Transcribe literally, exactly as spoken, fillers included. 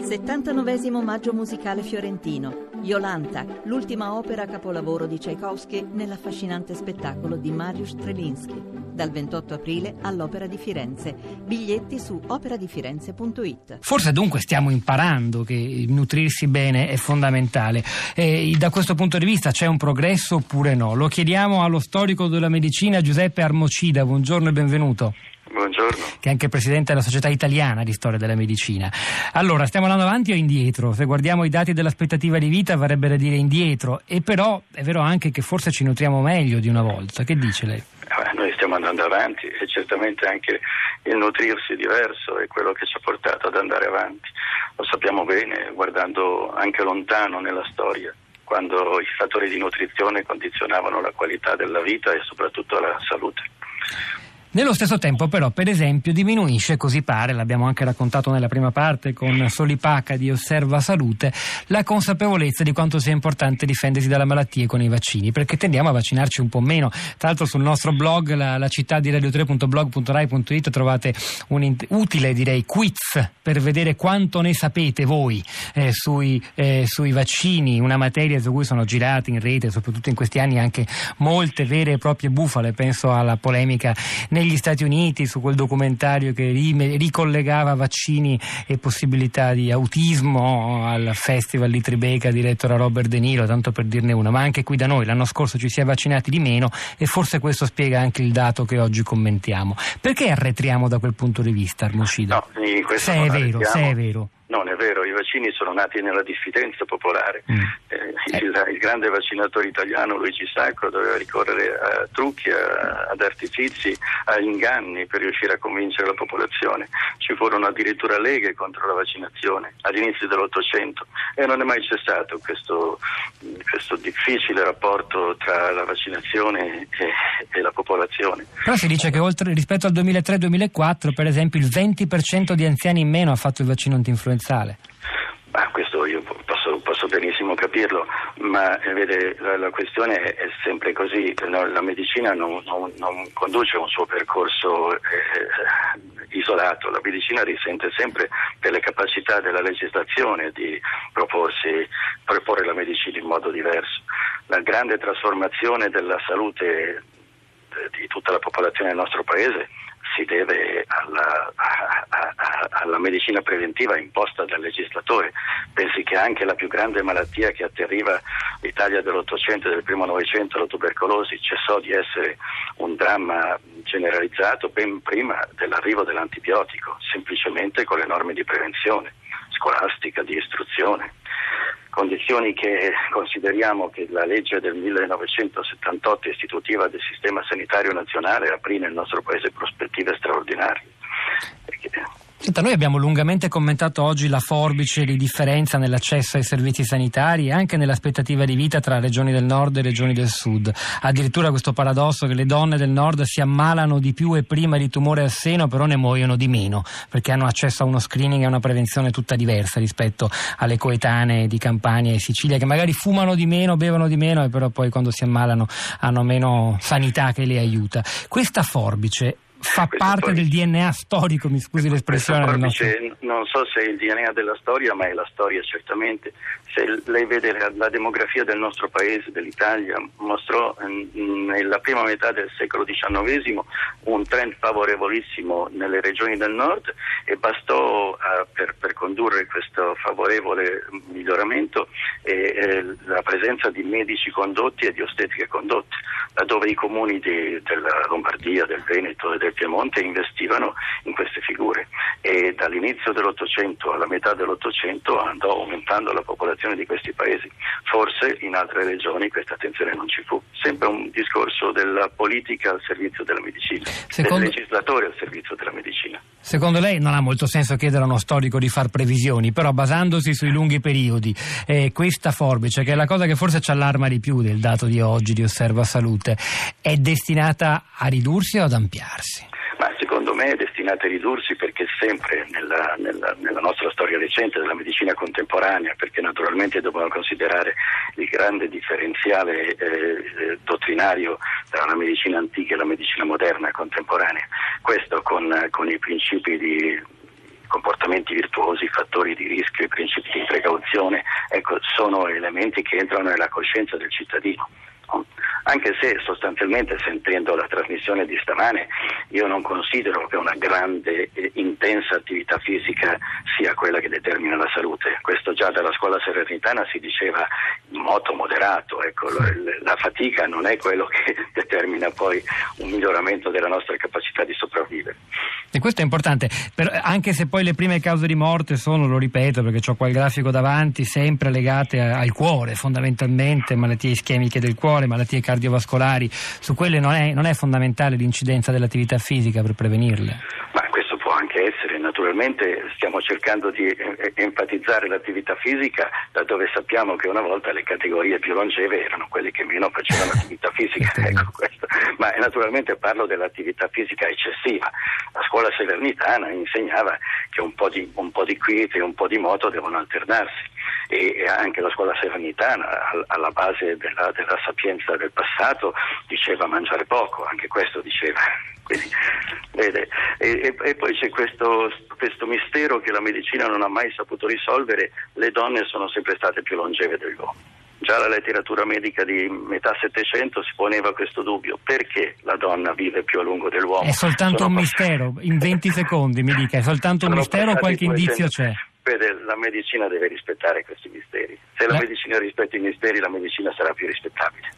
settantanovesimo Maggio musicale fiorentino. Iolanta, l'ultima opera capolavoro di Tchaikovsky nell'affascinante spettacolo di Mariusz Strelinski. Dal ventotto aprile all'Opera di Firenze. Biglietti su opera di firenze punto it. Forse dunque stiamo imparando che nutrirsi bene è fondamentale. E da questo punto di vista c'è un progresso oppure no? Lo chiediamo allo storico della medicina Giuseppe Armocida. Buongiorno e benvenuto. Buongiorno. Che è anche presidente della Società Italiana di Storia della Medicina. Allora, stiamo andando avanti o indietro? Se guardiamo i dati dell'aspettativa di vita varrebbe da dire indietro, e però è vero anche che forse ci nutriamo meglio di una volta. Che dice lei? Eh, noi stiamo andando avanti e certamente anche il nutrirsi diverso è quello che ci ha portato ad andare avanti. Lo sappiamo bene guardando anche lontano nella storia, quando i fattori di nutrizione condizionavano la qualità della vita e soprattutto la salute. Nello stesso tempo però, per esempio, diminuisce, così pare, l'abbiamo anche raccontato nella prima parte con Solipaca di Osserva Salute, la consapevolezza di quanto sia importante difendersi dalle malattie con i vaccini, perché tendiamo a vaccinarci un po' meno. Tra l'altro sul nostro blog, la, la città di radio tre punto blog punto rai punto it, trovate un in, utile, direi, quiz per vedere quanto ne sapete voi eh, sui, eh, sui vaccini, una materia su cui sono girate in rete, soprattutto in questi anni, anche molte vere e proprie bufale. Penso alla polemica negli Stati Uniti su quel documentario che ricollegava vaccini e possibilità di autismo al festival di Tribeca diretto da Robert De Niro, tanto per dirne una. Ma anche qui da noi l'anno scorso ci si è vaccinati di meno, e forse questo spiega anche il dato che oggi commentiamo. Perché arretriamo da quel punto di vista, Armocida? No, in questo se è vero, se è vero. Non è vero, i vaccini sono nati nella diffidenza popolare. Mm. Eh, il, il grande vaccinatore italiano Luigi Sacco doveva ricorrere a trucchi, a, ad artifici, a inganni per riuscire a convincere la popolazione. Ci furono addirittura leghe contro la vaccinazione all'inizio dell'Ottocento, e non è mai cessato questo, questo difficile rapporto tra la vaccinazione e, e la popolazione. Però si dice che oltre rispetto al duemilatré duemilaquattro, per esempio, il venti per cento di anziani in meno ha fatto il vaccino antinfluenzale. Ma questo io posso, posso benissimo capirlo, ma eh, vede, la, la questione è, è sempre così. No, la medicina non, non, non conduce un suo percorso eh, isolato. La medicina risente sempre delle capacità della legislazione di proporsi, proporre la medicina in modo diverso. La grande trasformazione della salute di tutta la popolazione del nostro paese si deve alla, a, a, alla medicina preventiva imposta dal legislatore. Pensi che anche la più grande malattia che atterriva l'Italia dell'Ottocento e del primo Novecento, la tubercolosi, cessò di essere un dramma generalizzato ben prima dell'arrivo dell'antibiotico, semplicemente con le norme di prevenzione scolastica, di istruzione. Condizioni che consideriamo che la legge del millenovecentosettantotto istitutiva del sistema sanitario nazionale aprì nel nostro paese prospettive straordinarie. Perché... Senta, noi abbiamo lungamente commentato oggi la forbice di differenza nell'accesso ai servizi sanitari e anche nell'aspettativa di vita tra regioni del nord e regioni del sud. Addirittura questo paradosso che le donne del nord si ammalano di più e prima di tumore al seno, però ne muoiono di meno, perché hanno accesso a uno screening e a una prevenzione tutta diversa rispetto alle coetanee di Campania e Sicilia, che magari fumano di meno, bevono di meno, e però poi quando si ammalano hanno meno sanità che le aiuta. Questa forbice fa Questo parte poi, del D N A storico, mi scusi l'espressione. Del nostro... Non so se è il D N A della storia, ma è la storia certamente. Se lei vede la, la demografia del nostro paese, dell'Italia, mostrò mh, nella prima metà del secolo diciannovesimo un trend favorevolissimo nelle regioni del nord, e bastò uh, per, per condurre questo favorevole miglioramento eh, eh, la presenza di medici condotti e di ostetriche condotte, laddove i comuni di, della Lombardia, del Veneto e del Piemonte investivano in queste figure, e dall'inizio dell'Ottocento alla metà dell'Ottocento andò aumentando la popolazione di questi paesi. Forse in altre regioni questa attenzione non ci fu. Sempre un discorso della politica al servizio della medicina, secondo... del legislatore al servizio della medicina. Secondo lei non ha molto senso chiedere a uno storico di far previsioni, però basandosi sui lunghi periodi, eh, questa forbice, che è la cosa che forse ci allarma di più del dato di oggi di Osserva Salute, è destinata a ridursi o ad ampliarsi? Ma secondo me è destinata a ridursi, perché sempre nella, nella, nella nostra storia recente della medicina contemporanea, perché naturalmente dobbiamo considerare il grande differenziale eh, dottrinario tra la medicina antica e la medicina moderna contemporanea. Questo con, con i principi di comportamenti virtuosi, i fattori di rischio, i principi di precauzione, ecco, sono elementi che entrano nella coscienza del cittadino. Anche se sostanzialmente, sentendo la trasmissione di stamane, io non considero che una grande e intensa attività fisica sia quella che determina la salute. Questo già dalla scuola salernitana si diceva in moto moderato, ecco, la fatica non è quello che determina poi un miglioramento della nostra capacità di sopravvivere. E questo è importante, però, anche se poi le prime cause di morte sono, lo ripeto perché ho qua il grafico davanti, sempre legate a, al cuore fondamentalmente, malattie ischemiche del cuore, malattie cardiovascolari, su quelle non è, non è fondamentale l'incidenza dell'attività fisica per prevenirle? Ma questo può anche essere, naturalmente stiamo cercando di enfatizzare l'attività fisica laddove sappiamo che una volta le categorie più longeve erano quelle che meno facevano attività fisica, ecco questo. Ma naturalmente parlo dell'attività fisica eccessiva. La scuola salernitana insegnava che un po' di, un po' di quiete e un po' di moto devono alternarsi, e anche la scuola salernitana alla base della, della sapienza del passato diceva mangiare poco, anche questo diceva. Quindi, vede, e, e poi c'è questo, questo mistero che la medicina non ha mai saputo risolvere: le donne sono sempre state più longeve degli uomini. Già la letteratura medica di metà Settecento si poneva questo dubbio: perché la donna vive più a lungo dell'uomo? È soltanto sono un passati... mistero, in venti secondi mi dica, è soltanto un mistero o qualche indizio c'è? Vede, la medicina deve rispettare questi misteri. Se la Beh. medicina rispetta i misteri, la medicina sarà più rispettabile.